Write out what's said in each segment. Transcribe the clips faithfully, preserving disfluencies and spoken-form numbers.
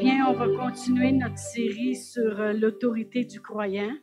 bien, on va continuer notre série sur euh, l'autorité du croyant.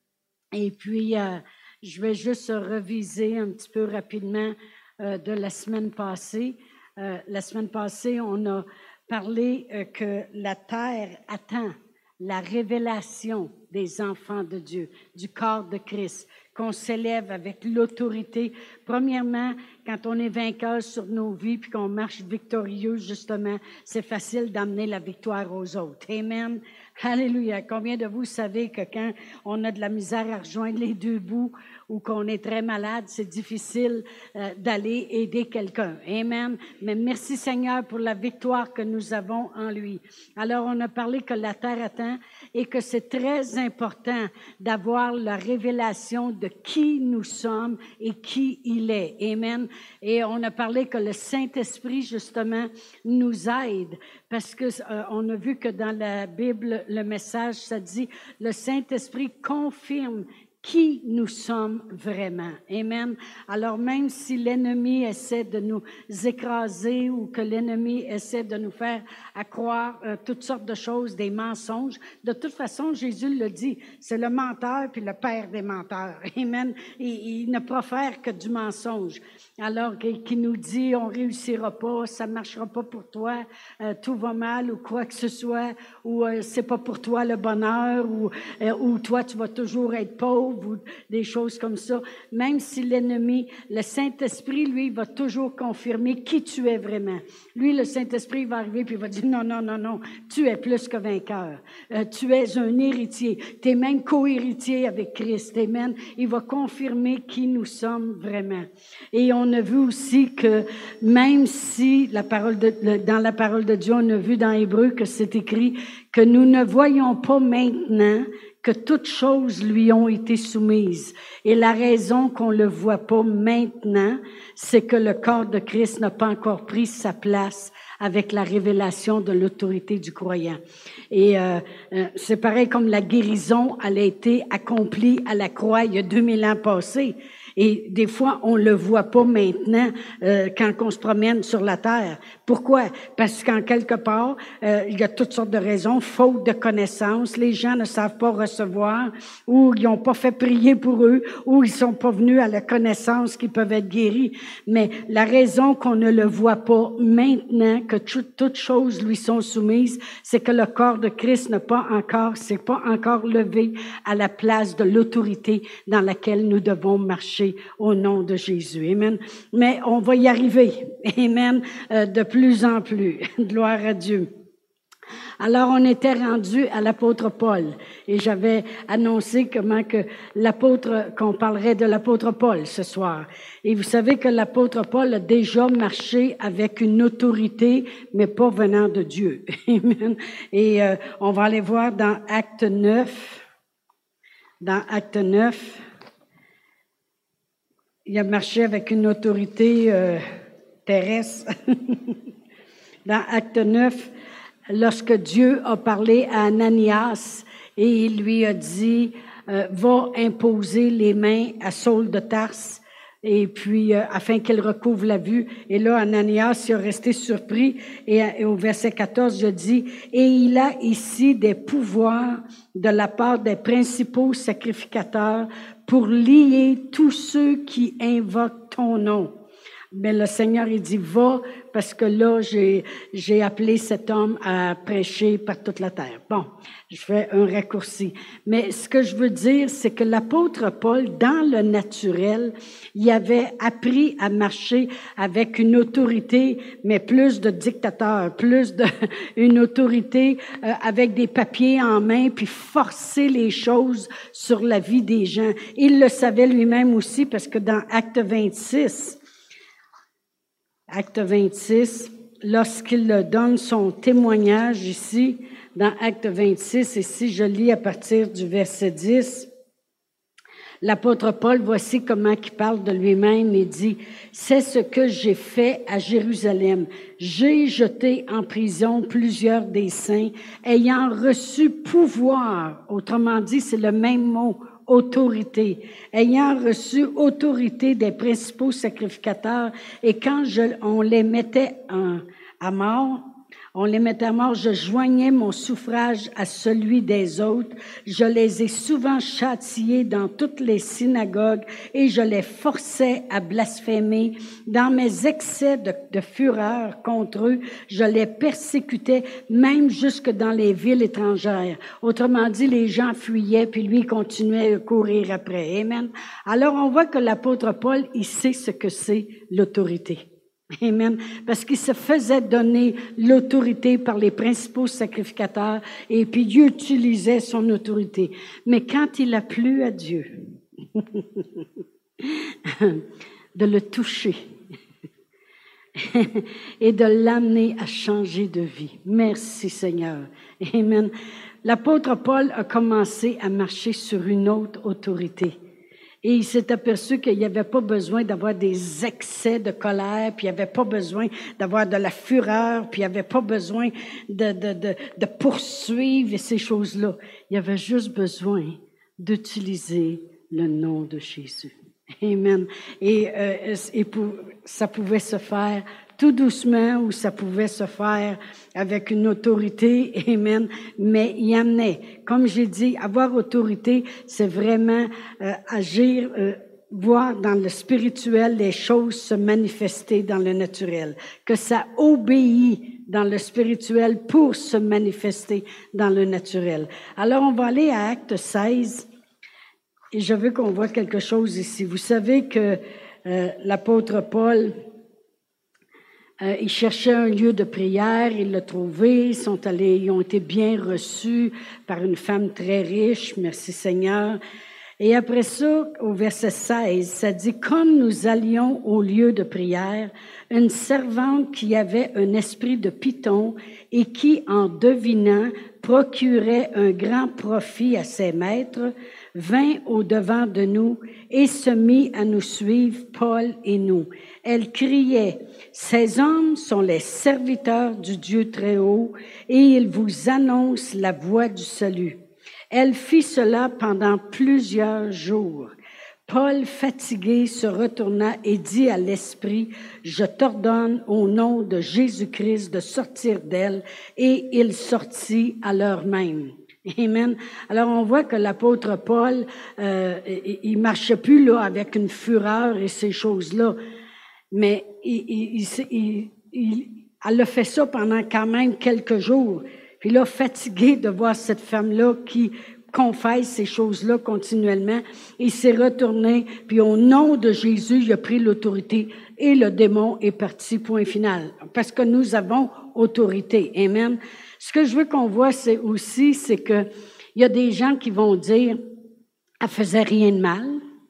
Et puis, euh, je vais juste reviser un petit peu rapidement euh, de la semaine passée. Euh, la semaine passée, on a parlé euh, que la terre attend la révélation des enfants de Dieu, du corps de Christ, qu'on s'élève avec l'autorité. Premièrement, quand on est vainqueur sur nos vies puis qu'on marche victorieux, justement, c'est facile d'amener la victoire aux autres. Amen. Alléluia. Combien de vous savez que quand on a de la misère à rejoindre les deux bouts ou qu'on est très malade, c'est difficile euh, d'aller aider quelqu'un. Amen. Mais merci Seigneur pour la victoire que nous avons en lui. Alors, on a parlé que la terre attend et que c'est très important d'avoir la révélation de qui nous sommes et qui il est. Amen. Et on a parlé que le Saint-Esprit, justement, nous aide parce que euh, on a vu que dans la Bible, le message, ça dit, le Saint-Esprit confirme qui nous sommes vraiment. Amen. Alors même si l'ennemi essaie de nous écraser ou que l'ennemi essaie de nous faire à croire euh, toutes sortes de choses, des mensonges, de toute façon, Jésus le dit, c'est le menteur puis le père des menteurs. Amen. Il, il ne profère que du mensonge. Alors qui, qui nous dit, on réussira pas, ça marchera pas pour toi, euh, tout va mal ou quoi que ce soit, ou euh, c'est pas pour toi le bonheur, ou, euh, ou toi tu vas toujours être pauvre, ou des choses comme ça. Même si l'ennemi, le Saint-Esprit, lui, va toujours confirmer qui tu es vraiment. Lui, le Saint-Esprit va arriver puis il va dire non, non, non, non, tu es plus que vainqueur. Euh, tu es un héritier. Tu es même co-héritier avec Christ. Amen. Il va confirmer qui nous sommes vraiment. Et on a vu aussi que même si la parole de, le, dans la parole de Dieu, on a vu dans Hébreu que c'est écrit que nous ne voyons pas maintenant que toutes choses lui ont été soumises. Et la raison qu'on ne le voit pas maintenant, c'est que le corps de Christ n'a pas encore pris sa place avec la révélation de l'autorité du croyant. Et euh, euh, c'est pareil comme la guérison, elle a été accomplie à la croix il y a deux mille ans passés. Et des fois, on le voit pas maintenant euh, quand on se promène sur la terre. Pourquoi? Parce qu'en quelque part, euh, il y a toutes sortes de raisons. Faute de connaissances, les gens ne savent pas recevoir, ou ils n'ont pas fait prier pour eux, ou ils sont pas venus à la connaissance qu'ils peuvent être guéris. Mais la raison qu'on ne le voit pas maintenant, que toutes choses lui sont soumises, c'est que le corps de Christ n'a pas encore, c'est pas encore levé à la place de l'autorité dans laquelle nous devons marcher au nom de Jésus. Amen. Mais on va y arriver. Amen. Euh, de plus en plus. Gloire à Dieu. Alors, on était rendu à l'apôtre Paul et j'avais annoncé comment que l'apôtre, qu'on parlerait de l'apôtre Paul ce soir. Et vous savez que l'apôtre Paul a déjà marché avec une autorité, mais pas venant de Dieu. Amen. Et euh, on va aller voir dans Acte neuf. Dans Acte neuf. Il a marché avec une autorité euh, terrestre. Dans Acte neuf, lorsque Dieu a parlé à Ananias et il lui a dit euh, « Va imposer les mains à Saul de Tarse » et puis euh, afin qu'il recouvre la vue. Et là, Ananias il a resté surpris et, et au verset quatorze, je dis « Et il a ici des pouvoirs de la part des principaux sacrificateurs pour lier tous ceux qui invoquent ton nom. » Mais le Seigneur, il dit, va, parce que là, j'ai, j'ai appelé cet homme à prêcher par toute la terre. Bon, je fais un raccourci. Mais ce que je veux dire, c'est que l'apôtre Paul, dans le naturel, il avait appris à marcher avec une autorité, mais plus de dictateur, plus de, une autorité euh, avec des papiers en main, puis forcer les choses sur la vie des gens. Il le savait lui-même aussi, parce que dans Acte vingt-six, Acte vingt-six, lorsqu'il donne son témoignage ici, dans Acte vingt-six, et si je lis à partir du verset dix, l'apôtre Paul, voici comment il parle de lui-même, il dit, « C'est ce que j'ai fait à Jérusalem. J'ai jeté en prison plusieurs des saints, ayant reçu pouvoir. » Autrement dit, c'est le même mot, autorité, ayant reçu autorité des principaux sacrificateurs, et quand je, on les mettait en, à mort, On les mettait à mort. Je joignais mon suffrage à celui des autres. Je les ai souvent châtiés dans toutes les synagogues et je les forçais à blasphémer. Dans mes excès de, de fureur contre eux, je les persécutais même jusque dans les villes étrangères. Autrement dit, les gens fuyaient puis lui continuait à courir après. Amen. Alors on voit que l'apôtre Paul, il sait ce que c'est l'autorité. Amen. Parce qu'il se faisait donner l'autorité par les principaux sacrificateurs et puis Dieu utilisait son autorité. Mais quand il a plu à Dieu de le toucher et de l'amener à changer de vie. Merci Seigneur. Amen. L'apôtre Paul a commencé à marcher sur une autre autorité. Et il s'est aperçu qu'il n'y avait pas besoin d'avoir des excès de colère, puis il n'y avait pas besoin d'avoir de la fureur, puis il n'y avait pas besoin de, de, de, de poursuivre ces choses-là. Il y avait juste besoin d'utiliser le nom de Jésus. Amen. Et, euh, et pour, ça pouvait se faire tout doucement ou ça pouvait se faire avec une autorité, amen, mais il y amenait. Comme j'ai dit, avoir autorité, c'est vraiment euh, agir, euh, voir dans le spirituel les choses se manifester dans le naturel, que ça obéit dans le spirituel pour se manifester dans le naturel. Alors, on va aller à Acte seize et je veux qu'on voit quelque chose ici. Vous savez que euh, l'apôtre Paul, Euh, ils cherchaient un lieu de prière, ils l'ont trouvé, ils sont allés, ils ont été bien reçus par une femme très riche, merci Seigneur. Et après ça, au verset seize, ça dit, comme nous allions au lieu de prière, une servante qui avait un esprit de python et qui, en devinant, procurait un grand profit à ses maîtres, vint au-devant de nous et se mit à nous suivre, Paul et nous. Elle criait, « Ces hommes sont les serviteurs du Dieu très haut et ils vous annoncent la voie du salut. » Elle fit cela pendant plusieurs jours. Paul, fatigué, se retourna et dit à l'esprit, « Je t'ordonne au nom de Jésus-Christ de sortir d'elle. » Et il sortit à l'heure même. Amen. Alors, on voit que l'apôtre Paul, euh, il, il marchait plus là avec une fureur et ces choses-là. Mais il, il, il, il, il, elle a fait ça pendant quand même quelques jours. Puis là, fatigué de voir cette femme-là qui confesse ces choses-là continuellement, il s'est retourné, puis au nom de Jésus, il a pris l'autorité et le démon est parti, point final. Parce que nous avons autorité. Amen. Ce que je veux qu'on voit, c'est aussi, c'est que il y a des gens qui vont dire, elle faisait rien de mal.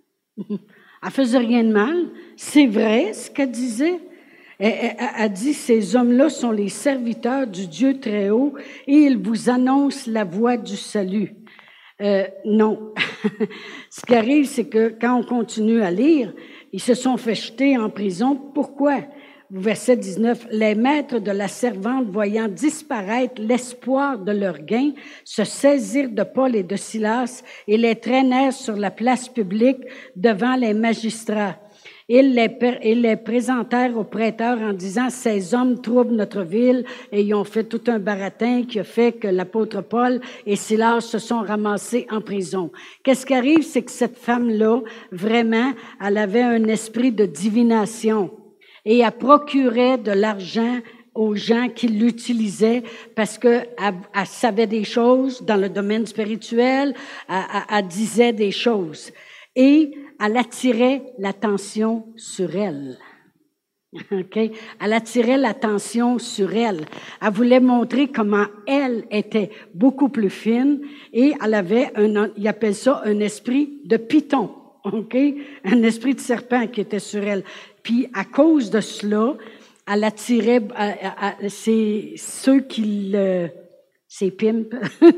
Elle faisait rien de mal. C'est vrai ce qu'elle disait. Elle, elle, elle dit, ces hommes-là sont les serviteurs du Dieu très haut et ils vous annoncent la voie du salut. Euh, non. Ce qui arrive, c'est que quand on continue à lire, ils se sont fait jeter en prison. Pourquoi? Verset dix-neuf, les maîtres de la servante, voyant disparaître l'espoir de leur gain, se saisirent de Paul et de Silas et les traînèrent sur la place publique devant les magistrats. Ils les, ils les présentèrent aux prêteurs en disant, ces hommes troublent notre ville, et ils ont fait tout un baratin qui a fait que l'apôtre Paul et Silas se sont ramassés en prison. Qu'est-ce qui arrive, c'est que cette femme-là, vraiment, elle avait un esprit de divination. Et elle procurait de l'argent aux gens qui l'utilisaient parce qu'elle elle savait des choses dans le domaine spirituel, elle, elle, elle disait des choses. Et elle attirait l'attention sur elle. OK? Elle attirait l'attention sur elle. Elle voulait montrer comment elle était beaucoup plus fine et elle avait un, il appelle ça un esprit de python. OK? Un esprit de serpent qui était sur elle. Puis, à cause de cela, elle attirait, c'est ceux qui le, c'est pimp,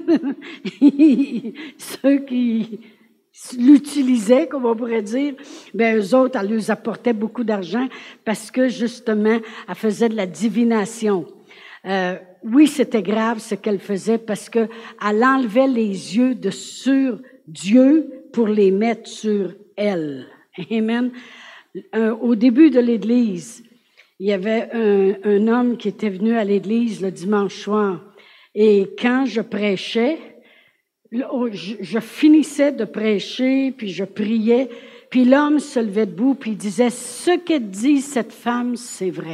ceux qui l'utilisaient, comme on pourrait dire, ben eux autres, elle leur apportait beaucoup d'argent parce que, justement, elle faisait de la divination. Euh, oui, c'était grave ce qu'elle faisait parce que elle enlevait les yeux de sur Dieu pour les mettre sur elle. Amen. Euh, au début de l'Église, il y avait un, un homme qui était venu à l'église le dimanche soir. Et quand je prêchais, je, je finissais de prêcher, puis je priais, puis l'homme se levait debout, puis il disait, « Ce que dit cette femme, c'est vrai. »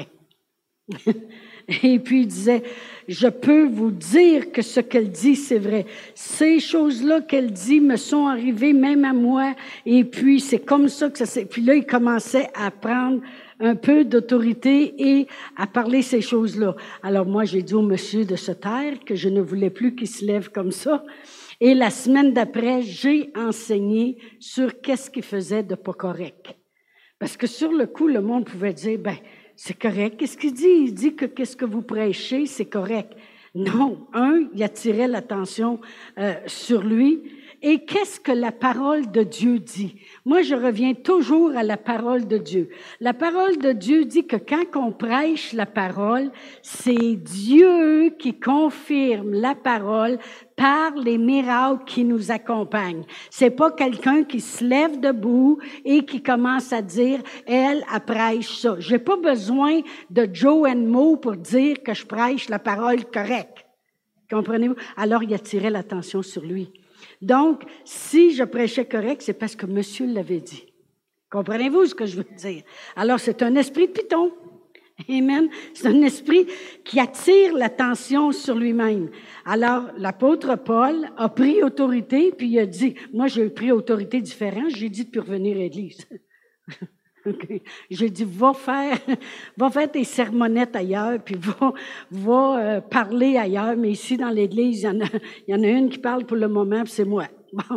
Et puis il disait, « Je peux vous dire que ce qu'elle dit, c'est vrai. Ces choses-là qu'elle dit me sont arrivées même à moi. Et puis c'est comme ça que ça s'est... » Puis là, il commençait à prendre un peu d'autorité et à parler ces choses-là. Alors moi, j'ai dit au monsieur de se taire que je ne voulais plus qu'il se lève comme ça. Et la semaine d'après, j'ai enseigné sur qu'est-ce qu'il faisait de pas correct. Parce que sur le coup, le monde pouvait dire, ben, c'est correct. Qu'est-ce qu'il dit? Il dit que qu'est-ce que vous prêchez, c'est correct. Non. Un, il attirait l'attention euh, sur lui. Et qu'est-ce que la parole de Dieu dit? Moi, je reviens toujours à la parole de Dieu. La parole de Dieu dit que quand on prêche la parole, c'est Dieu qui confirme la parole par les miracles qui nous accompagnent. C'est pas quelqu'un qui se lève debout et qui commence à dire, elle, elle prêche ça. J'ai pas besoin de Joe and Mo pour dire que je prêche la parole correcte. Comprenez-vous? Alors, il attirait l'attention sur lui. Donc, si je prêchais correct, c'est parce que monsieur l'avait dit. Comprenez-vous ce que je veux dire? Alors, c'est un esprit de python. Amen. C'est un esprit qui attire l'attention sur lui-même. Alors, l'apôtre Paul a pris autorité, puis il a dit, moi, j'ai pris autorité différente, j'ai dit de plus revenir à l'église. Okay. J'ai dit, va faire, va faire tes sermonnettes ailleurs, puis va, va euh, parler ailleurs. Mais ici, dans l'église, il y en a, il y en a une qui parle pour le moment, puis c'est moi. Bon.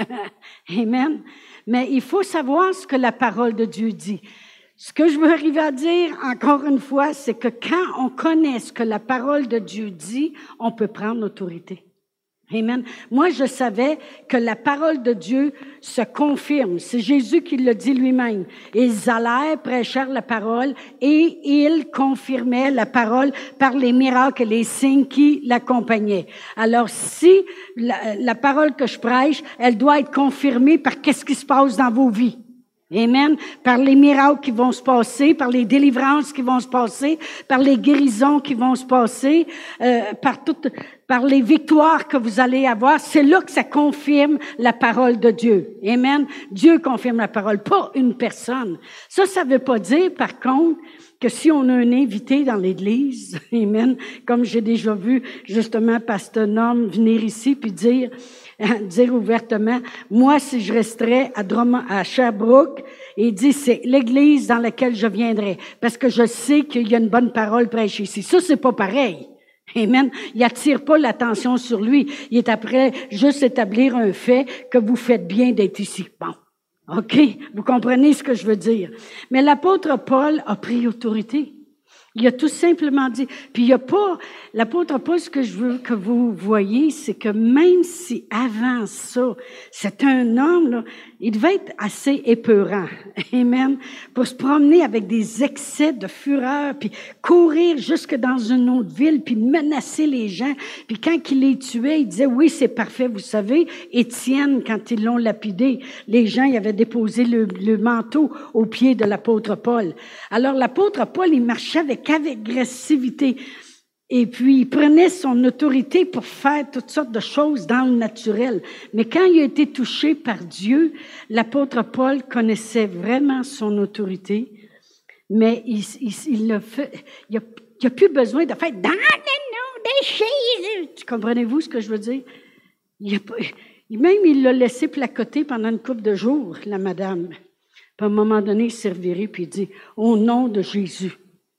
Amen. Mais il faut savoir ce que la parole de Dieu dit. Ce que je veux arriver à dire, encore une fois, c'est que quand on connaît ce que la parole de Dieu dit, on peut prendre l'autorité. Amen. Moi, je savais que la parole de Dieu se confirme. C'est Jésus qui le dit lui-même. Ils allèrent, prêchèrent la parole et ils confirmaient la parole par les miracles et les signes qui l'accompagnaient. Alors, si la, la parole que je prêche, elle doit être confirmée par qu'est-ce qui se passe dans vos vies. Amen. Par les miracles qui vont se passer, par les délivrances qui vont se passer, par les guérisons qui vont se passer, euh, par toutes, par les victoires que vous allez avoir. C'est là que ça confirme la parole de Dieu. Amen. Dieu confirme la parole, pas une personne. Ça, ça veut pas dire, par contre, que si on a un invité dans l'église, amen, comme j'ai déjà vu justement Pasteur Norm venir ici puis dire, dire ouvertement, moi, si je resterais à Drummond, à Sherbrooke, il dit, c'est l'église dans laquelle je viendrai, parce que je sais qu'il y a une bonne parole prêchée ici. Ça, c'est pas pareil. Amen. Il attire pas l'attention sur lui. Il est après juste établir un fait que vous faites bien d'être ici. Bon. OK? Vous comprenez ce que je veux dire? Mais l'apôtre Paul a pris autorité. Il a tout simplement dit, puis il n'y a pas, l'apôtre Paul, ce que je veux que vous voyez, c'est que même si avant ça, c'est un homme, là, il devait être assez épeurant, amen, pour se promener avec des excès de fureur, puis courir jusque dans une autre ville, puis menacer les gens, puis quand il les tuait, il disait, oui, c'est parfait, vous savez, Étienne, quand ils l'ont lapidé, les gens y avaient déposé le, le manteau au pied de l'apôtre Paul. Alors l'apôtre Paul, il marchait avec avec agressivité. Et puis, il prenait son autorité pour faire toutes sortes de choses dans le naturel. Mais quand il a été touché par Dieu, l'apôtre Paul connaissait vraiment son autorité. Mais il, il, il le fait, il a, il a plus besoin de faire « dans le nom de Jésus ». Comprenez-vous ce que je veux dire? Il a, même, il l'a laissé placoter pendant une couple de jours, la madame. Puis à un moment donné, il s'est reviré puis il dit « Au nom de Jésus ».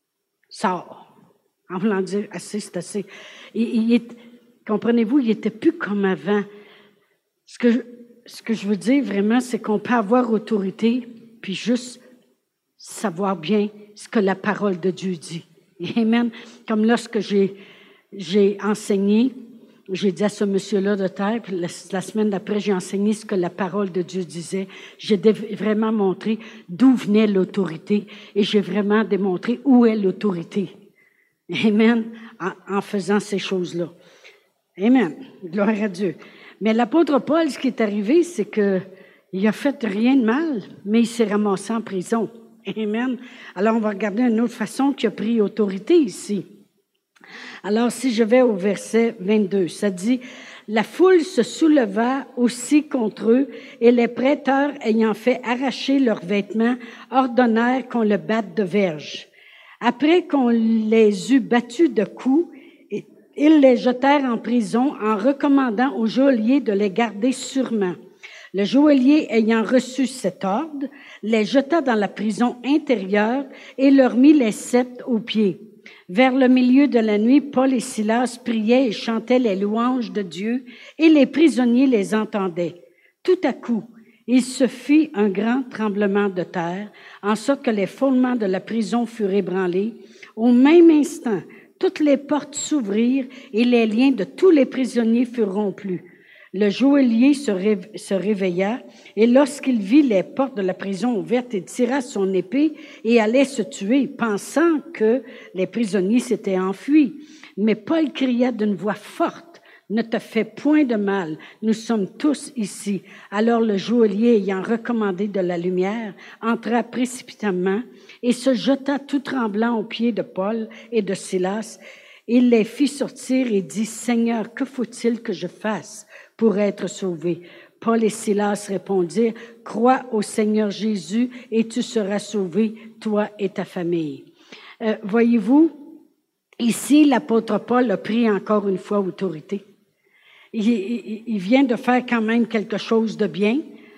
Sort. En voulant dire, assez, c'est assez. Et, il est, comprenez-vous, il n'était plus comme avant. Ce que, je, ce que je veux dire vraiment, c'est qu'on peut avoir autorité, puis juste savoir bien ce que la parole de Dieu dit. Amen. Comme lorsque j'ai, j'ai enseigné, j'ai dit à ce monsieur-là de terre, puis la, la semaine d'après, j'ai enseigné ce que la parole de Dieu disait. J'ai vraiment montré d'où venait l'autorité et j'ai vraiment démontré où est l'autorité. Amen. En, en faisant ces choses-là. Amen. Gloire à Dieu. Mais l'apôtre Paul, ce qui est arrivé, c'est que il a fait rien de mal, mais il s'est ramassé en prison. Amen. Alors, on va regarder une autre façon qui a pris autorité ici. Alors, si je vais au verset vingt-deux, ça dit, « La foule se souleva aussi contre eux, et les prêteurs, ayant fait arracher leurs vêtements, ordonnèrent qu'on le batte de verge. Après qu'on les eut battus de coups, ils les jetèrent en prison en recommandant au geôlier de les garder sûrement. Le geôlier, ayant reçu cet ordre, les jeta dans la prison intérieure et leur mit les sceptres aux pieds. Vers le milieu de la nuit, Paul et Silas priaient et chantaient les louanges de Dieu, et les prisonniers les entendaient. Tout à coup, il se fit un grand tremblement de terre, en sorte que les fondements de la prison furent ébranlés. Au même instant, toutes les portes s'ouvrirent et les liens de tous les prisonniers furent rompus. Le geôlier se, ré- se réveilla, et lorsqu'il vit les portes de la prison ouvertes, il tira son épée et allait se tuer, pensant que les prisonniers s'étaient enfuis. Mais Paul cria d'une voix forte, « Ne te fais point de mal, nous sommes tous ici. » Alors le geôlier, ayant recommandé de la lumière, entra précipitamment et se jeta tout tremblant aux pieds de Paul et de Silas. Il les fit sortir et dit, « Seigneur, que faut-il que je fasse pour être sauvé? » Paul et Silas répondirent, « Crois au Seigneur Jésus et tu seras sauvé, toi et ta famille. » Euh, voyez-vous, ici, l'apôtre Paul a pris encore une fois autorité. Il, il, il vient de faire quand même quelque chose de bien.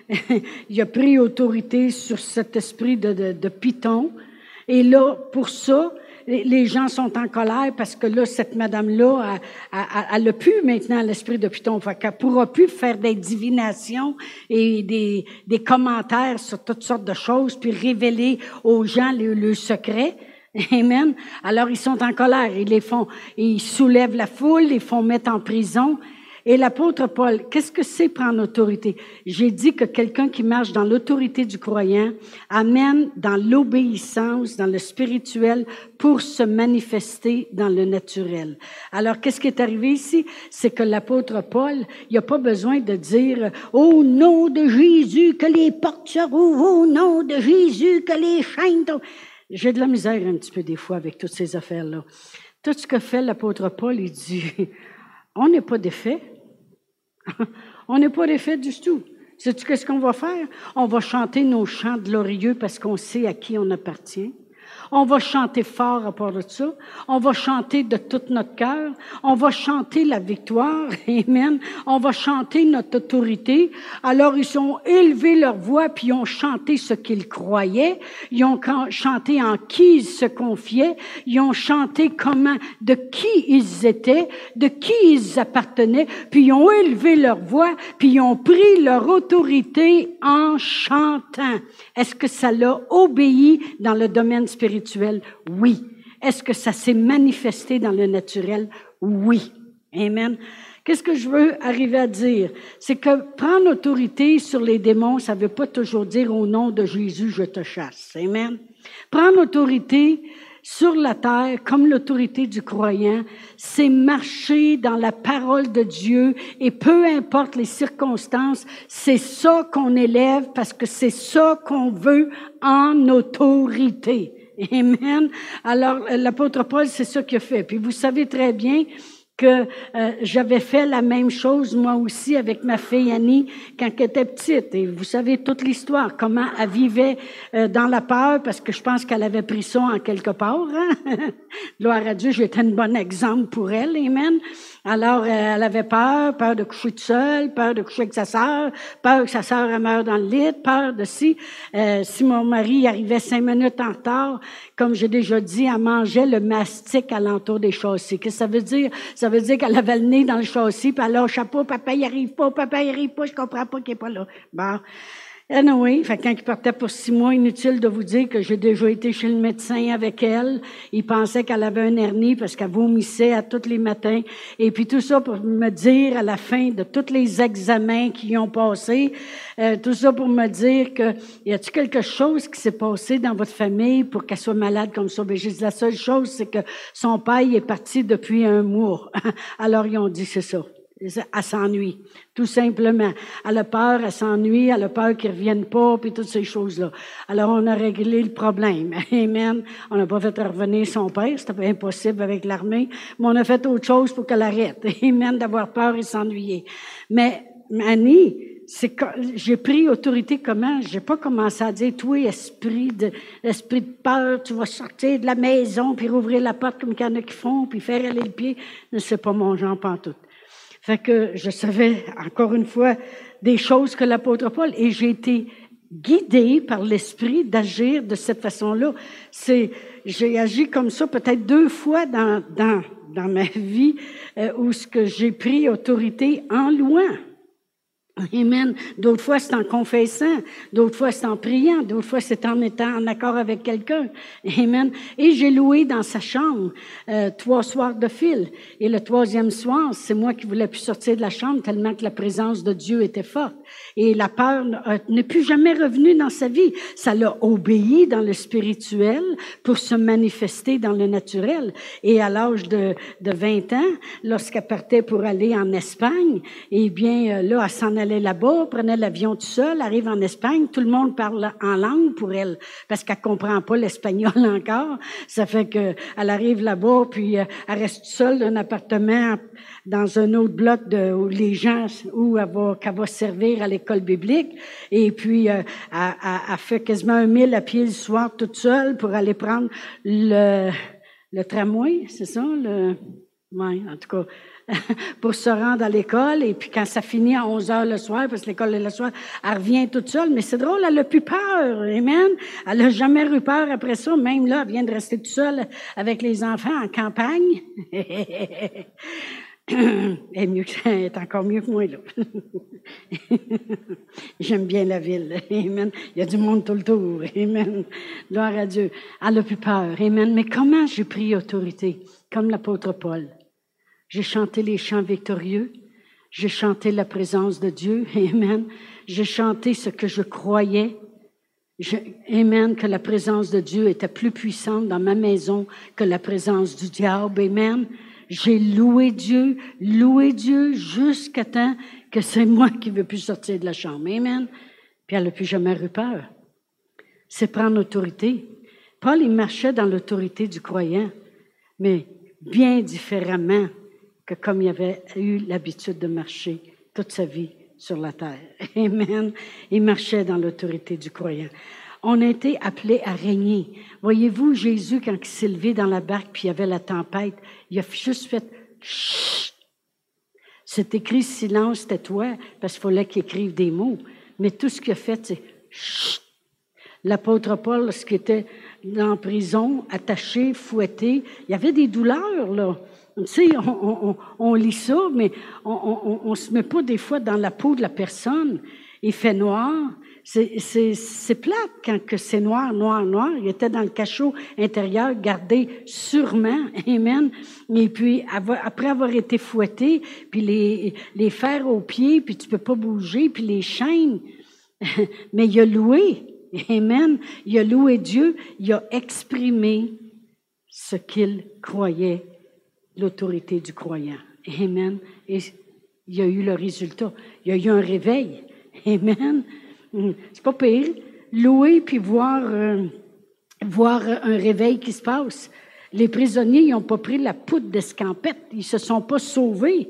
Il a pris autorité sur cet esprit de, de, de Python. Et là, pour ça, les gens sont en colère parce que là, cette madame-là, elle n'a plus maintenant l'esprit de Python. Fait qu'elle ne pourra plus faire des divinations et des, des commentaires sur toutes sortes de choses, puis révéler aux gens le, le secret. Amen. Alors, ils sont en colère. Ils les font, ils soulèvent la foule, ils font mettre en prison. Et l'apôtre Paul, qu'est-ce que c'est prendre autorité? J'ai dit que quelqu'un qui marche dans l'autorité du croyant amène dans l'obéissance, dans le spirituel, pour se manifester dans le naturel. Alors, qu'est-ce qui est arrivé ici? C'est que l'apôtre Paul, il n'a pas besoin de dire « Au nom de Jésus, que les portes se rouvrent, au nom de Jésus, que les chaînes tombent. » J'ai de la misère un petit peu des fois avec toutes ces affaires-là. Tout ce que fait l'apôtre Paul, il dit « On n'est pas défait. » On n'est pas défait du tout. Sais-tu qu'est-ce qu'on va faire? On va chanter nos chants glorieux parce qu'on sait à qui on appartient. On va chanter fort à part de ça. On va chanter de tout notre cœur. On va chanter la victoire. Amen. On va chanter notre autorité. Alors, ils ont élevé leur voix puis ils ont chanté ce qu'ils croyaient. Ils ont chanté en qui ils se confiaient. Ils ont chanté comment, de qui ils étaient, de qui ils appartenaient. Puis ils ont élevé leur voix puis ils ont pris leur autorité en chantant. Est-ce que ça l'a obéi dans le domaine spirituel? Oui. Est-ce que ça s'est manifesté dans le naturel? Oui. Amen. Qu'est-ce que je veux arriver à dire? C'est que prendre autorité sur les démons, ça ne veut pas toujours dire au nom de Jésus, je te chasse. Amen. Prendre autorité sur la terre, comme l'autorité du croyant, c'est marcher dans la parole de Dieu et peu importe les circonstances, c'est ça qu'on élève parce que c'est ça qu'on veut en autorité. Amen. Alors, l'apôtre Paul, c'est ça qu'il a fait. Puis vous savez très bien que euh, j'avais fait la même chose moi aussi avec ma fille Annie quand elle était petite. Et vous savez toute l'histoire, comment elle vivait euh, dans la peur, parce que je pense qu'elle avait pris ça en quelque part. Hein? Gloire à Dieu, j'étais un bon exemple pour elle. Amen. Alors, euh, elle avait peur, peur de coucher toute seule, peur de coucher avec sa sœur, peur que sa sœur elle meure dans le lit, peur de si, euh, si mon mari arrivait cinq minutes en retard, comme j'ai déjà dit, elle mangeait le mastic alentour des châssis. Qu'est-ce que ça veut dire? Ça veut dire qu'elle avait le nez dans le châssis, puis elle lâchait pas, papa, il arrive pas, papa, il arrive pas, je comprends pas qu'il est pas là. Bon. Anyway, fait quand il partait pour six mois, inutile de vous dire que j'ai déjà été chez le médecin avec elle. Il pensait qu'elle avait un hernie parce qu'elle vomissait à tous les matins. Et puis tout ça pour me dire à la fin de tous les examens qui ont passé, euh, tout ça pour me dire que y a-t-il quelque chose qui s'est passé dans votre famille pour qu'elle soit malade comme ça? Ben, j'ai dit la seule chose, c'est que son père il est parti depuis un mois. Alors ils ont dit c'est ça. Elle s'ennuie, tout simplement. Elle a peur, elle s'ennuie, elle a peur qu'ils ne reviennent pas, puis toutes ces choses-là. Alors, on a réglé le problème. Amen. On n'a pas fait revenir son père, c'était impossible avec l'armée, mais on a fait autre chose pour qu'elle arrête. Amen, d'avoir peur et s'ennuyer. Mais Annie, c'est que j'ai pris autorité comment? J'ai pas commencé à dire, toi, esprit de, esprit de peur, tu vas sortir de la maison, puis rouvrir la porte comme il y en a qui font, puis faire aller le pied. C'est pas mon genre pantoute. Fait que je savais, encore une fois, des choses que l'apôtre Paul, et j'ai été guidée par l'esprit d'agir de cette façon-là. C'est, j'ai agi comme ça peut-être deux fois dans, dans, dans ma vie, euh, où ce que j'ai pris autorité en louant. Amen. D'autres fois, c'est en confessant. D'autres fois, c'est en priant. D'autres fois, c'est en étant en accord avec quelqu'un. Amen. Et j'ai loué dans sa chambre euh, trois soirs de fil. Et le troisième soir, c'est moi qui voulais plus sortir de la chambre tellement que la présence de Dieu était forte. Et la peur n'est plus jamais revenue dans sa vie. Ça l'a obéi dans le spirituel pour se manifester dans le naturel. Et à l'âge de, de vingt ans, lorsqu'elle partait pour aller en Espagne, eh bien, là, elle s'en allait là-bas, prenait l'avion tout seul, arrive en Espagne, tout le monde parle en langue pour elle, parce qu'elle comprend pas l'espagnol encore. Ça fait que elle arrive là-bas, puis euh, elle reste seule dans un appartement dans un autre bloc de, où les gens, où elle va, qu'elle va servir à l'école biblique. Et puis, euh, elle, elle, elle fait quasiment un mille à pied le soir toute seule pour aller prendre le, le tramway, c'est ça? Le, ouais, en tout cas, pour se rendre à l'école. Et puis, quand ça finit à onze heures le soir, parce que l'école est le soir, elle revient toute seule. Mais c'est drôle, elle n'a plus peur. Amen. Elle n'a jamais eu peur après ça. Même là, elle vient de rester toute seule avec les enfants en campagne. Elle est, mieux que, elle est encore mieux que moi, là. J'aime bien la ville. Amen. Il y a du monde tout le tour. Amen. Gloire à Dieu. Elle n'a plus peur. Amen. Mais comment j'ai pris autorité? Comme l'apôtre Paul. J'ai chanté les chants victorieux. J'ai chanté la présence de Dieu. Amen. J'ai chanté ce que je croyais. Je, amen, que la présence de Dieu était plus puissante dans ma maison que la présence du diable. Amen. J'ai loué Dieu, loué Dieu jusqu'à temps que c'est moi qui ne veux plus sortir de la chambre. Amen. Puis elle n'a plus jamais eu peur. C'est prendre l'autorité. Paul, il marchait dans l'autorité du croyant, mais bien différemment que comme il avait eu l'habitude de marcher toute sa vie sur la terre. Amen. Il marchait dans l'autorité du croyant. On a été appelés à régner. Voyez-vous, Jésus, quand il s'est levé dans la barque puis il y avait la tempête, il a juste fait « chut ». C'est écrit « silence, tais-toi » parce qu'il fallait qu'il écrive des mots. Mais tout ce qu'il a fait, c'est « chut ». L'apôtre Paul, lorsqu'il était en prison, attaché, fouetté, il y avait des douleurs, là. Tu sais, on, on, on lit ça, mais on ne se met pas des fois dans la peau de la personne. Il fait noir. C'est, c'est, c'est plate quand que c'est noir, noir, noir. Il était dans le cachot intérieur, gardé sûrement. Amen. Et puis, après avoir été fouetté, puis les, les fers aux pieds, puis tu peux pas bouger, puis les chaînes. Mais il a loué. Amen. Il a loué Dieu. Il a exprimé ce qu'il croyait, l'autorité du croyant. Amen. Et il y a eu le résultat. Il y a eu un réveil. Amen. C'est pas pire. Louer puis voir, euh, voir un réveil qui se passe. Les prisonniers, ils n'ont pas pris la poudre d'escampette. Ils se sont pas sauvés.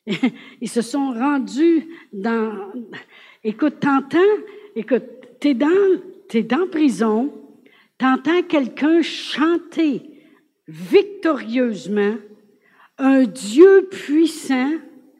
Ils se sont rendus dans... Écoute, t'entends... Écoute, t'es dans, t'es dans prison, t'entends quelqu'un chanter victorieusement un Dieu puissant,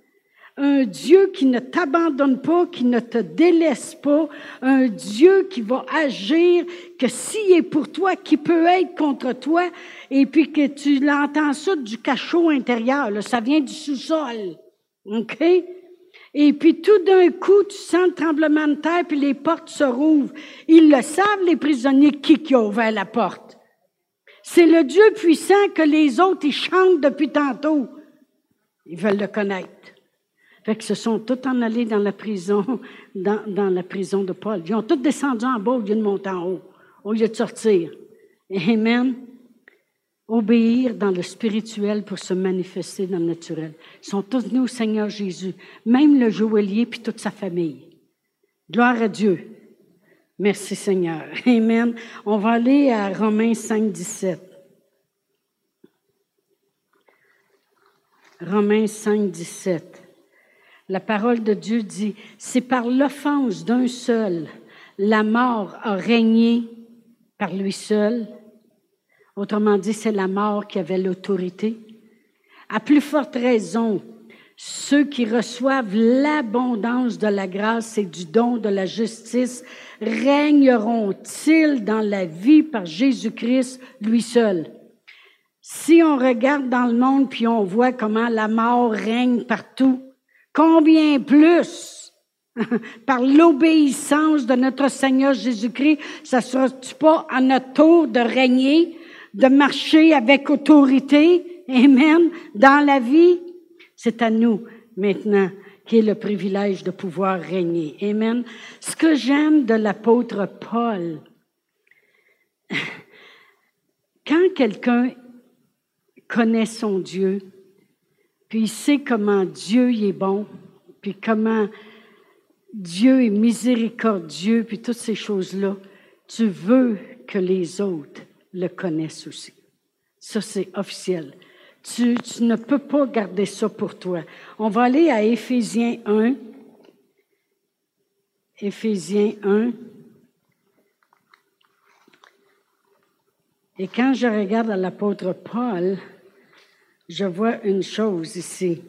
un Dieu qui ne t'abandonne pas, qui ne te délaisse pas, un Dieu qui va agir, que s'il est pour toi, qui peut être contre toi, et puis que tu l'entends ça du cachot intérieur, là, ça vient du sous-sol, OK? Et puis tout d'un coup, tu sens le tremblement de terre, puis les portes se rouvrent. Ils le savent, les prisonniers, qui, qui a ouvert la porte. C'est le Dieu puissant que les autres, ils chantent depuis tantôt. Ils veulent le connaître. Fait qu'ils se sont tous en allés dans la prison, dans, dans la prison de Paul. Ils ont tous descendu en bas au lieu de monter en haut, au lieu de sortir. Amen. obéir dans le spirituel pour se manifester dans le naturel. Ils sont tous venus au Seigneur Jésus, même le joaillier puis toute sa famille. Gloire à Dieu. Merci Seigneur. Amen. On va aller à Romains cinq, dix-sept. Romains cinq, dix-sept. La parole de Dieu dit, « C'est par l'offense d'un seul, la mort a régné par lui seul. » Autrement dit, c'est la mort qui avait l'autorité. À plus forte raison, ceux qui reçoivent l'abondance de la grâce et du don de la justice régneront-ils dans la vie par Jésus-Christ, lui seul? Si on regarde dans le monde puis on voit comment la mort règne partout, combien plus par l'obéissance de notre Seigneur Jésus-Christ, ça ne sera-tu pas à notre tour de régner, de marcher avec autorité, amen, dans la vie? C'est à nous maintenant qui est le privilège de pouvoir régner, amen. Ce que j'aime de l'apôtre Paul, quand quelqu'un connaît son Dieu, puis il sait comment Dieu il est bon, puis comment Dieu est miséricordieux, puis toutes ces choses-là, tu veux que les autres le connaissent aussi. Ça, c'est officiel. Tu, tu ne peux pas garder ça pour toi. On va aller à Éphésiens un. Éphésiens un. Et quand je regarde à l'apôtre Paul, je vois une chose ici,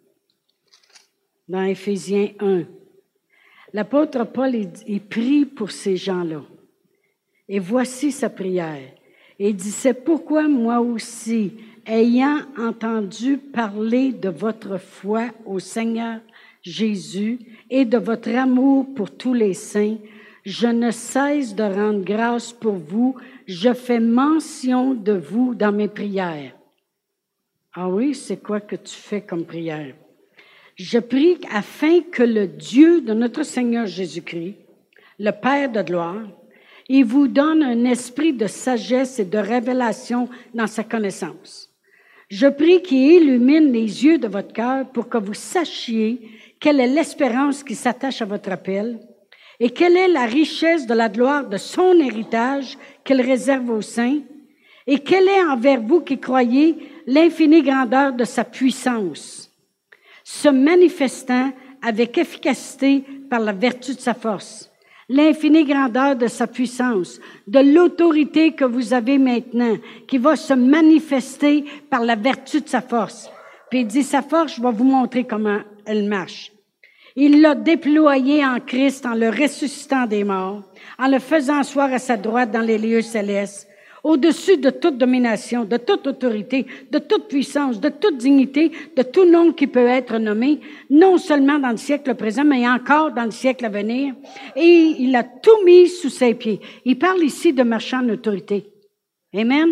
dans Éphésiens un. L'apôtre Paul, il, il prie pour ces gens-là. Et voici sa prière. Et il dit, c'est pourquoi moi aussi, ayant entendu parler de votre foi au Seigneur Jésus et de votre amour pour tous les saints, je ne cesse de rendre grâce pour vous. Je fais mention de vous dans mes prières. Ah oui, c'est quoi que tu fais comme prière? Je prie afin que le Dieu de notre Seigneur Jésus-Christ, le Père de gloire, il vous donne un esprit de sagesse et de révélation dans sa connaissance. Je prie qu'il illumine les yeux de votre cœur pour que vous sachiez quelle est l'espérance qui s'attache à votre appel et quelle est la richesse de la gloire de son héritage qu'il réserve aux saints et quelle est envers vous qui croyez l'infinie grandeur de sa puissance, se manifestant avec efficacité par la vertu de sa force. L'infinie grandeur de sa puissance, de l'autorité que vous avez maintenant, qui va se manifester par la vertu de sa force. Puis il dit, sa force, je vais vous montrer comment elle marche. Il l'a déployé en Christ en le ressuscitant des morts, en le faisant asseoir à sa droite dans les lieux célestes, au-dessus de toute domination, de toute autorité, de toute puissance, de toute dignité, de tout nom qui peut être nommé, non seulement dans le siècle présent, mais encore dans le siècle à venir. Et il a tout mis sous ses pieds. Il parle ici de marchand en autorité. Amen.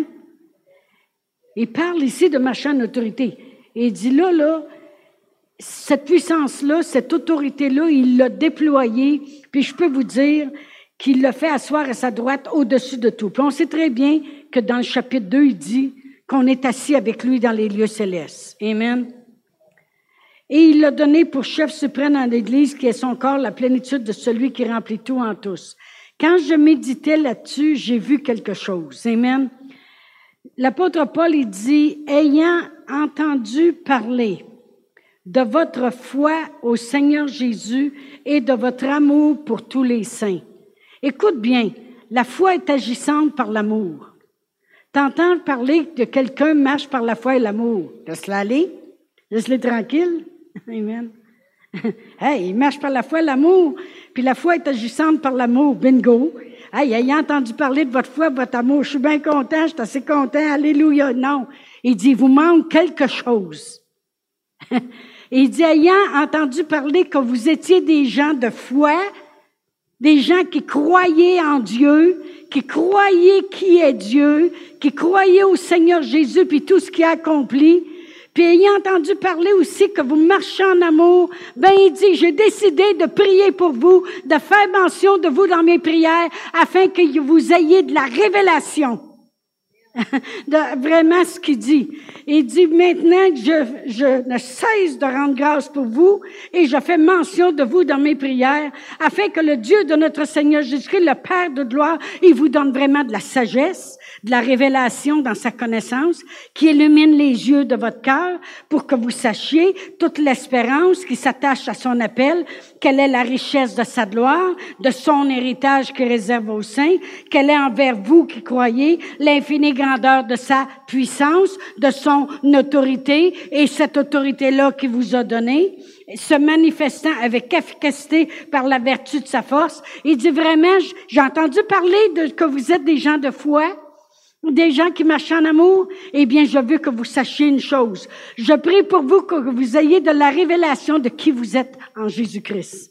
Il parle ici de marchand en autorité. Et il dit là, là, cette puissance-là, cette autorité-là, il l'a déployée. Puis je peux vous dire qu'il l'a fait asseoir à sa droite au-dessus de tout. Puis on sait très bien que dans le chapitre deux, il dit qu'on est assis avec lui dans les lieux célestes. Amen. Et il l'a donné pour chef suprême dans l'Église, qui est son corps, la plénitude de celui qui remplit tout en tous. Quand je méditais là-dessus, j'ai vu quelque chose. Amen. L'apôtre Paul, il dit, ayant entendu parler de votre foi au Seigneur Jésus et de votre amour pour tous les saints. Écoute bien, la foi est agissante par l'amour. T'entends parler que quelqu'un marche par la foi et l'amour. Laisse-le aller. Laisse-le tranquille. Amen. Hey, il marche par la foi et l'amour. Puis la foi est agissante par l'amour. Bingo. Hey, ayant entendu parler de votre foi, de votre amour, je suis bien content, je suis assez content. Alléluia. Non. Il dit, il vous manque quelque chose. Il dit, ayant entendu parler que vous étiez des gens de foi, des gens qui croyaient en Dieu, qui croyaient qui est Dieu, qui croyaient au Seigneur Jésus puis tout ce qu'il a accompli. Puis ayant entendu parler aussi que vous marchez en amour, ben il dit, j'ai décidé de prier pour vous, de faire mention de vous dans mes prières, afin que vous ayez de la révélation. de vraiment ce qu'il dit. Il dit, maintenant, je, je ne cesse de rendre grâce pour vous et je fais mention de vous dans mes prières, afin que le Dieu de notre Seigneur Jésus-Christ, le Père de gloire, il vous donne vraiment de la sagesse, de la révélation dans sa connaissance, qui illumine les yeux de votre cœur pour que vous sachiez toute l'espérance qui s'attache à son appel, quelle est la richesse de sa gloire, de son héritage qui réserve aux saints, quelle est envers vous qui croyez, l'infinie grandeur de sa puissance, de son autorité, et cette autorité-là qui vous a donné, se manifestant avec efficacité par la vertu de sa force. Il dit vraiment, j'ai entendu parler de que vous êtes des gens de foi, des gens qui marchent en amour. Eh bien, je veux que vous sachiez une chose. Je prie pour vous que vous ayez de la révélation de qui vous êtes en Jésus-Christ.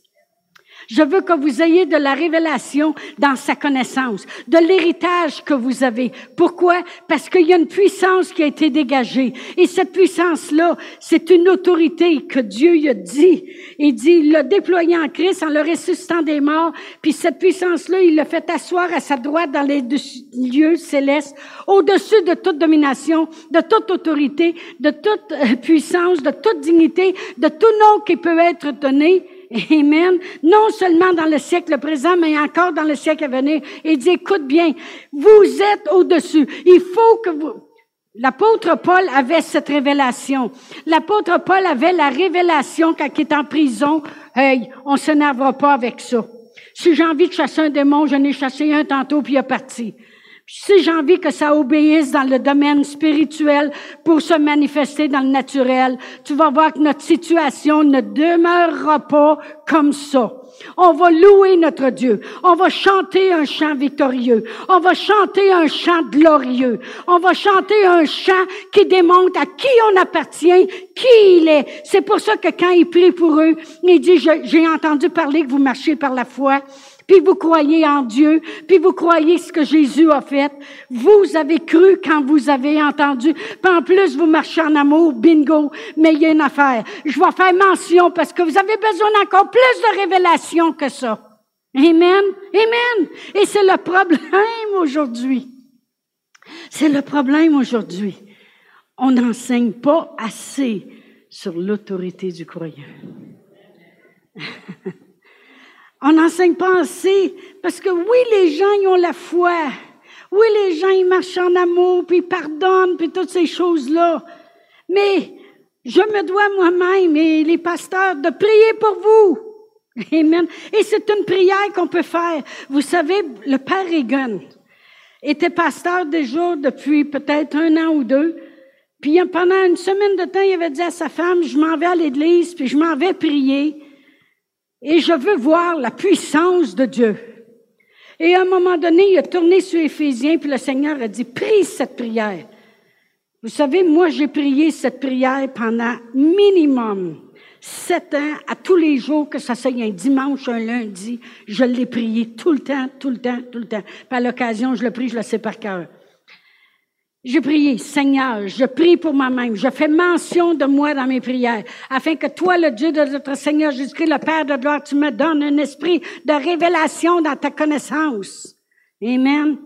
Je veux que vous ayez de la révélation dans sa connaissance, de l'héritage que vous avez. Pourquoi? Parce qu'il y a une puissance qui a été dégagée. Et cette puissance-là, c'est une autorité que Dieu y a dit. Il dit, il l'a déployée en Christ en le ressuscitant des morts. Puis cette puissance-là, il l'a fait asseoir à sa droite dans les lieux célestes, au-dessus de toute domination, de toute autorité, de toute puissance, de toute dignité, de tout nom qui peut être donné. Amen. Non seulement dans le siècle présent, mais encore dans le siècle à venir. Il dit, écoute bien, vous êtes au-dessus. Il faut que vous... L'apôtre Paul avait cette révélation. L'apôtre Paul avait la révélation quand il est en prison. Hey, on se n'énervera pas avec ça. Si j'ai envie de chasser un démon, j'en ai chassé un tantôt puis il est parti. Si j'ai envie que ça obéisse dans le domaine spirituel pour se manifester dans le naturel, tu vas voir que notre situation ne demeurera pas comme ça. On va louer notre Dieu. On va chanter un chant victorieux. On va chanter un chant glorieux. On va chanter un chant qui démontre à qui on appartient, qui il est. C'est pour ça que quand il prie pour eux, il dit, j'ai entendu parler que vous marchez par la foi. Puis vous croyez en Dieu, puis vous croyez ce que Jésus a fait. Vous avez cru quand vous avez entendu. Puis en plus, vous marchez en amour, bingo. Mais il y a une affaire. Je vais faire mention parce que vous avez besoin d'encore plus de révélations que ça. Amen. Amen. Et c'est le problème aujourd'hui. C'est le problème aujourd'hui. On n'enseigne pas assez sur l'autorité du croyant. On n'enseigne pas assez, parce que oui, les gens, ils ont la foi. Oui, les gens, ils marchent en amour, puis ils pardonnent, puis toutes ces choses-là. Mais je me dois moi-même et les pasteurs de prier pour vous. Amen. Et c'est une prière qu'on peut faire. Vous savez, le père Reagan était pasteur déjà depuis peut-être un an ou deux. Puis pendant une semaine de temps, il avait dit à sa femme, je m'en vais à l'église, puis je m'en vais prier. Et je veux voir la puissance de Dieu. Et à un moment donné, il a tourné sur Éphésiens, puis le Seigneur a dit, prie cette prière. Vous savez, moi, j'ai prié cette prière pendant minimum sept ans, à tous les jours, que ça soit un dimanche, un lundi. Je l'ai prié tout le temps, tout le temps, tout le temps. Puis à l'occasion, je le prie, je le sais par cœur. J'ai prié, Seigneur, je prie pour moi-même, je fais mention de moi dans mes prières, afin que toi, le Dieu de notre Seigneur Jésus-Christ, le Père de gloire, tu me donnes un esprit de révélation dans ta connaissance. Amen.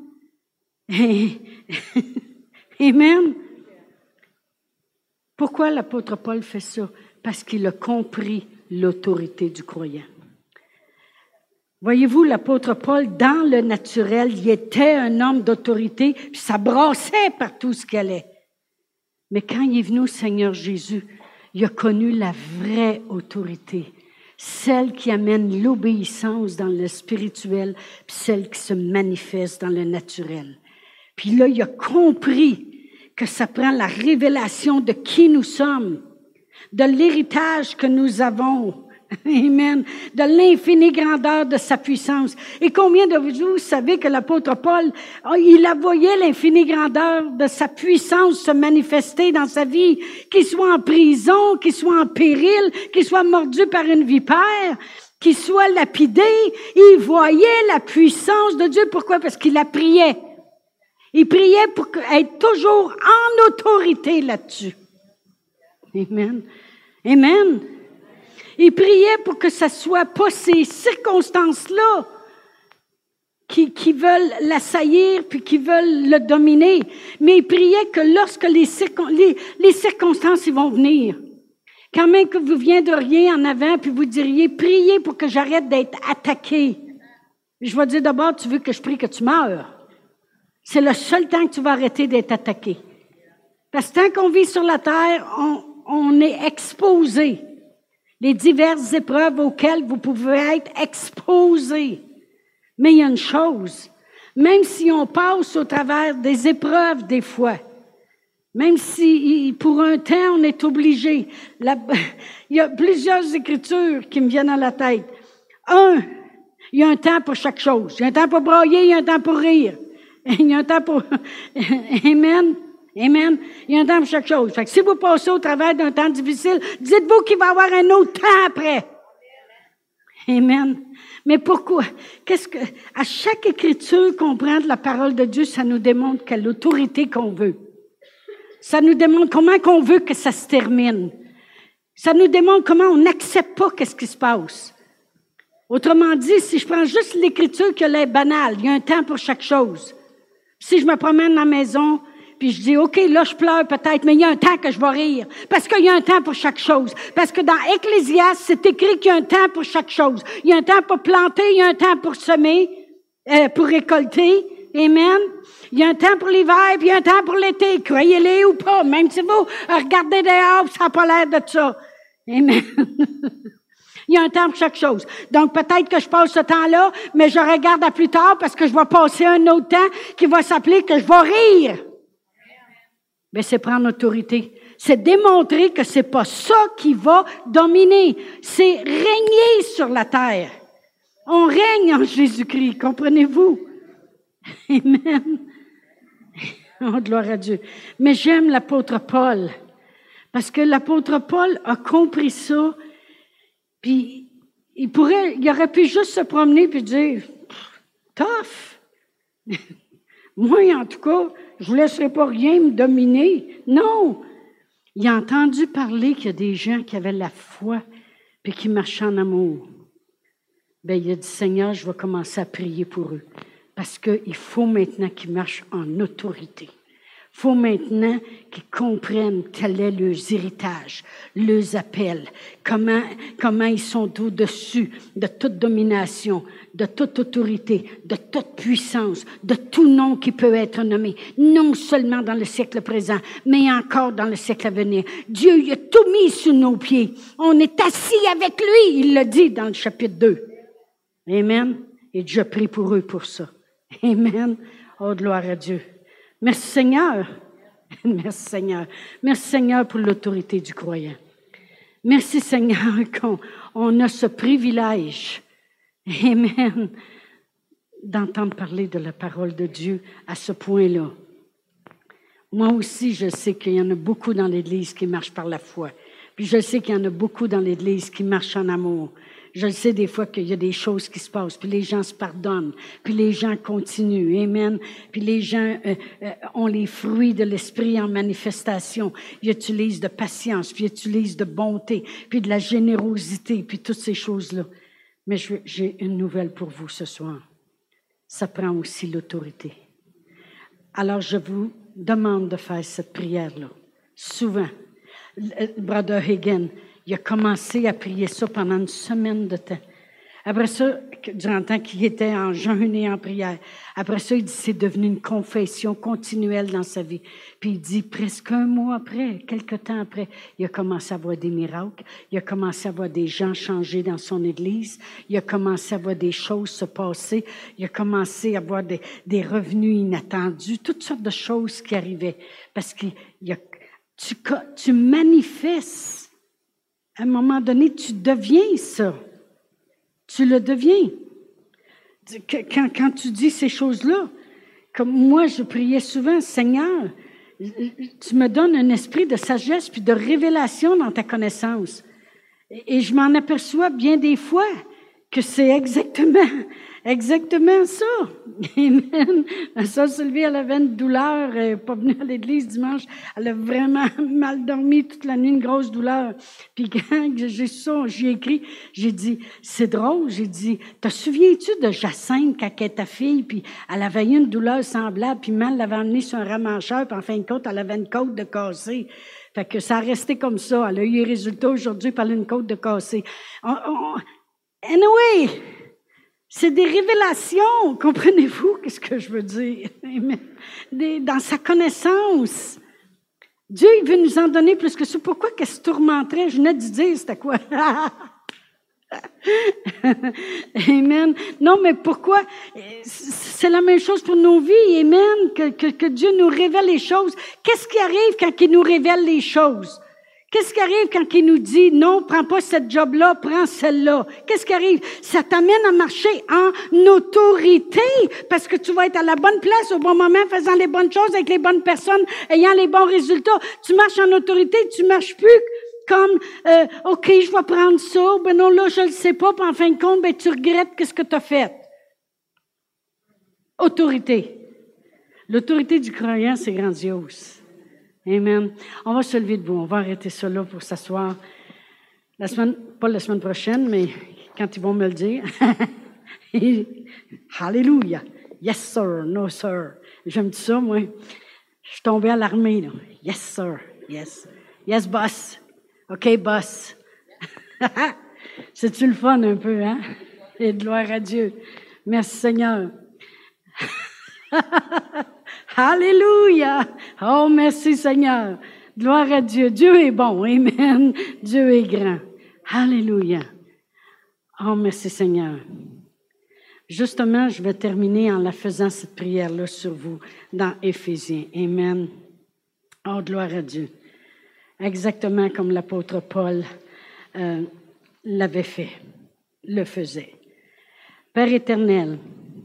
Amen. Pourquoi l'apôtre Paul fait ça? Parce qu'il a compris l'autorité du croyant. Voyez-vous, l'apôtre Paul, dans le naturel, il était un homme d'autorité, puis ça brassait partout ce qu'il allait. Mais quand il est venu au Seigneur Jésus, il a connu la vraie autorité, celle qui amène l'obéissance dans le spirituel, puis celle qui se manifeste dans le naturel. Puis là, il a compris que ça prend la révélation de qui nous sommes, de l'héritage que nous avons. Amen. De l'infinie grandeur de sa puissance. Et combien de vous savez que l'apôtre Paul, il a voyé l'infinie grandeur de sa puissance se manifester dans sa vie, qu'il soit en prison, qu'il soit en péril, qu'il soit mordu par une vipère, qu'il soit lapidé. Il voyait la puissance de Dieu. Pourquoi? Parce qu'il la priait. Il priait pour être toujours en autorité là-dessus. Amen. Amen. Il priait pour que ce ne soit pas ces circonstances-là qui qui, qui veulent l'assaillir puis qui veulent le dominer. Mais il priait que lorsque les, circon, les, les circonstances ils vont venir, quand même que vous viendriez en avant puis vous diriez, priez pour que j'arrête d'être attaqué. Je vais dire d'abord, tu veux que je prie que tu meurs. C'est le seul temps que tu vas arrêter d'être attaqué. Parce que tant qu'on vit sur la terre, on, on est exposé. Les diverses épreuves auxquelles vous pouvez être exposés. Mais il y a une chose, même si on passe au travers des épreuves des fois, même si pour un temps on est obligé, la, il y a plusieurs écritures qui me viennent à la tête. Un, il y a un temps pour chaque chose. Il y a un temps pour brailler, il y a un temps pour rire. Il y a un temps pour... Amen. Amen. Il y a un temps pour chaque chose. Fait que si vous passez au travers d'un temps difficile, dites-vous qu'il va y avoir un autre temps après. Amen. Mais pourquoi? Qu'est-ce que, à chaque écriture qu'on prend de la parole de Dieu, ça nous démontre quelle autorité qu'on veut. Ça nous démontre comment qu'on veut que ça se termine. Ça nous démontre comment on n'accepte pas qu'est-ce qui se passe. Autrement dit, si je prends juste l'écriture qui a l'air banale, il y a un temps pour chaque chose. Si je me promène dans la maison, puis je dis, OK, là, je pleure peut-être, mais il y a un temps que je vais rire. Parce qu'il y a un temps pour chaque chose. Parce que dans Ecclésiaste, c'est écrit qu'il y a un temps pour chaque chose. Il y a un temps pour planter, il y a un temps pour semer, euh, pour récolter. Amen. Il y a un temps pour l'hiver, puis il y a un temps pour l'été. Croyez-les ou pas. Même si vous regardez dehors, ça n'a pas l'air de ça. Amen. Il y a un temps pour chaque chose. Donc, peut-être que je passe ce temps-là, mais je regarde à plus tard parce que je vais passer un autre temps qui va s'appeler que je vais rire. Mais c'est prendre autorité. C'est démontrer que c'est pas ça qui va dominer. C'est régner sur la terre. On règne en Jésus-Christ, comprenez-vous? Amen. Oh, gloire à Dieu. Mais j'aime l'apôtre Paul. Parce que l'apôtre Paul a compris ça. Puis, il pourrait, il aurait pu juste se promener puis dire, tough. Moi, en tout cas, je ne vous laisserai pas rien me dominer. Non. Il a entendu parler qu'il y a des gens qui avaient la foi puis qui marchaient en amour. Bien, il a dit, Seigneur, je vais commencer à prier pour eux. Parce qu'il faut maintenant qu'ils marchent en autorité. Il faut maintenant qu'ils comprennent quel est leurs héritages, leurs appels, comment, comment ils sont au-dessus de toute domination, de toute autorité, de toute puissance, de tout nom qui peut être nommé, non seulement dans le siècle présent, mais encore dans le siècle à venir. Dieu il a tout mis sous nos pieds. On est assis avec lui, il l'a dit dans le chapitre deux. Amen. Et je prie pour eux pour ça. Amen. Oh, gloire à Dieu. Merci Seigneur. Merci Seigneur. Merci Seigneur pour l'autorité du croyant. Merci Seigneur qu'on on a ce privilège, amen, d'entendre parler de la parole de Dieu à ce point-là. Moi aussi, je sais qu'il y en a beaucoup dans l'Église qui marchent par la foi. Puis je sais qu'il y en a beaucoup dans l'Église qui marchent en amour. Je le sais des fois qu'il y a des choses qui se passent, puis les gens se pardonnent, puis les gens continuent, amen. Puis les gens euh, euh, ont les fruits de l'esprit en manifestation. Ils utilisent de patience, puis ils utilisent de bonté, puis de la générosité, puis toutes ces choses-là. Mais je, j'ai une nouvelle pour vous ce soir. Ça prend aussi l'autorité. Alors je vous demande de faire cette prière-là, souvent. Brother Hagin, il a commencé à prier ça pendant une semaine de temps. Après ça, durant le temps qu'il était en jeûne et en prière, après ça, il dit c'est devenu une confession continuelle dans sa vie. Puis il dit presque un mois après, quelque temps après, il a commencé à voir des miracles, il a commencé à voir des gens changer dans son église, il a commencé à voir des choses se passer, il a commencé à voir des, des revenus inattendus, toutes sortes de choses qui arrivaient. Parce que il a, tu, tu manifestes. À un moment donné, tu deviens ça. Tu le deviens. Quand, quand tu dis ces choses-là, comme moi, je priais souvent, Seigneur, tu me donnes un esprit de sagesse puis de révélation dans ta connaissance. Et je m'en aperçois bien des fois que c'est exactement Exactement ça. Amen. Ma soeur Sylvie, elle avait une douleur, elle n'est pas venue à l'église dimanche. Elle a vraiment mal dormi toute la nuit, une grosse douleur. Puis quand j'ai ça, j'ai écrit, j'ai dit, c'est drôle, j'ai dit, te souviens-tu de Jacinthe quand elle était ta fille, puis elle avait eu une douleur semblable, puis mal l'avait emmenée sur un ramancheur, puis en fin de compte, elle avait une côte de cassée. Fait que ça a resté comme ça. Elle a eu les résultats aujourd'hui, par une côte de cassée. On, on, anyway! C'est des révélations, comprenez-vous qu'est-ce que je veux dire? Des, dans sa connaissance. Dieu, il veut nous en donner plus que ça. Pourquoi qu'elle se tourmenterait? Je venais de dire, c'était quoi? Amen. Non, mais pourquoi? C'est la même chose pour nos vies. Amen. Que, que, que Dieu nous révèle les choses. Qu'est-ce qui arrive quand il nous révèle les choses? Qu'est-ce qui arrive quand il nous dit, non, prends pas cette job-là, prends celle-là? Qu'est-ce qui arrive? Ça t'amène à marcher en autorité parce que tu vas être à la bonne place au bon moment, faisant les bonnes choses avec les bonnes personnes, ayant les bons résultats. Tu marches en autorité, tu marches plus comme, euh, OK, je vais prendre ça, ben non, là, je le sais pas, puis en fin de compte, ben tu regrettes qu'est-ce que tu as fait. Autorité. L'autorité du croyant, c'est grandiose. Amen. On va se lever debout. On va arrêter ça là pour s'asseoir. La semaine, pas la semaine prochaine, mais quand ils vont me le dire. Alléluia. Yes, sir. No, sir. J'aime ça, moi. Je suis tombée à l'armée, là. Yes, sir. Yes. Yes, boss. OK, boss. C'est-tu le fun un peu, hein? Et gloire à Dieu. Merci, Seigneur. Alléluia! Oh, merci Seigneur. Gloire à Dieu. Dieu est bon. Amen. Dieu est grand. Alléluia. Oh, merci Seigneur. Justement, je vais terminer en la faisant cette prière-là sur vous dans Éphésiens. Amen. Oh, gloire à Dieu. Exactement comme l'apôtre Paul euh, l'avait fait, le faisait. Père éternel,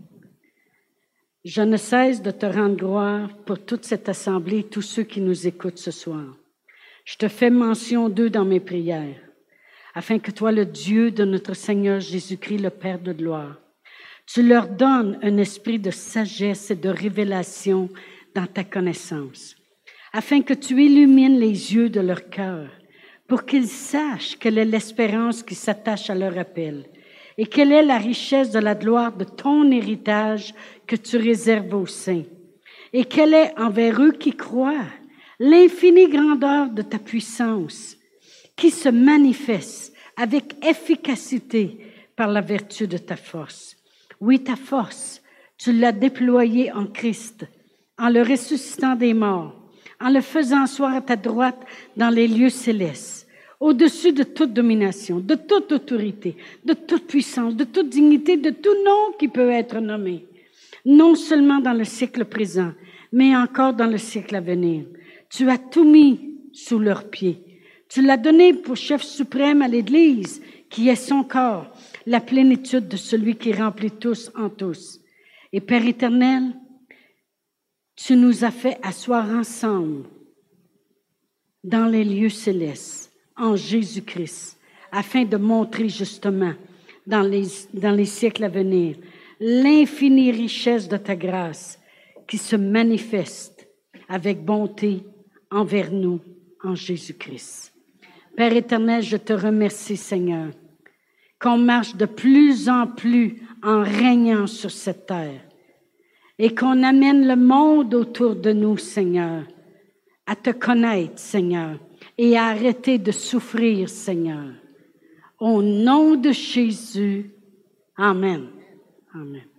je ne cesse de te rendre gloire pour toute cette assemblée et tous ceux qui nous écoutent ce soir. Je te fais mention d'eux dans mes prières, afin que toi, le Dieu de notre Seigneur Jésus-Christ, le Père de gloire, tu leur donnes un esprit de sagesse et de révélation dans ta connaissance, afin que tu illumines les yeux de leur cœur, pour qu'ils sachent quelle est l'espérance qui s'attache à leur appel, et quelle est la richesse de la gloire de ton héritage que tu réserves aux saints, et quelle est envers eux qui croient l'infinie grandeur de ta puissance, qui se manifeste avec efficacité par la vertu de ta force. Oui, ta force, tu l'as déployée en Christ, en le ressuscitant des morts, en le faisant asseoir à ta droite dans les lieux célestes, au-dessus de toute domination, de toute autorité, de toute puissance, de toute dignité, de tout nom qui peut être nommé, non seulement dans le siècle présent, mais encore dans le siècle à venir. Tu as tout mis sous leurs pieds. Tu l'as donné pour chef suprême à l'Église, qui est son corps, la plénitude de celui qui remplit tous en tous. Et Père éternel, tu nous as fait asseoir ensemble dans les lieux célestes, en Jésus-Christ, afin de montrer justement dans les, dans les siècles à venir l'infinie richesse de ta grâce qui se manifeste avec bonté envers nous en Jésus-Christ. Père éternel, je te remercie, Seigneur, qu'on marche de plus en plus en régnant sur cette terre et qu'on amène le monde autour de nous, Seigneur, à te connaître, Seigneur, et à arrêter de souffrir, Seigneur. Au nom de Jésus, Amen. Amen.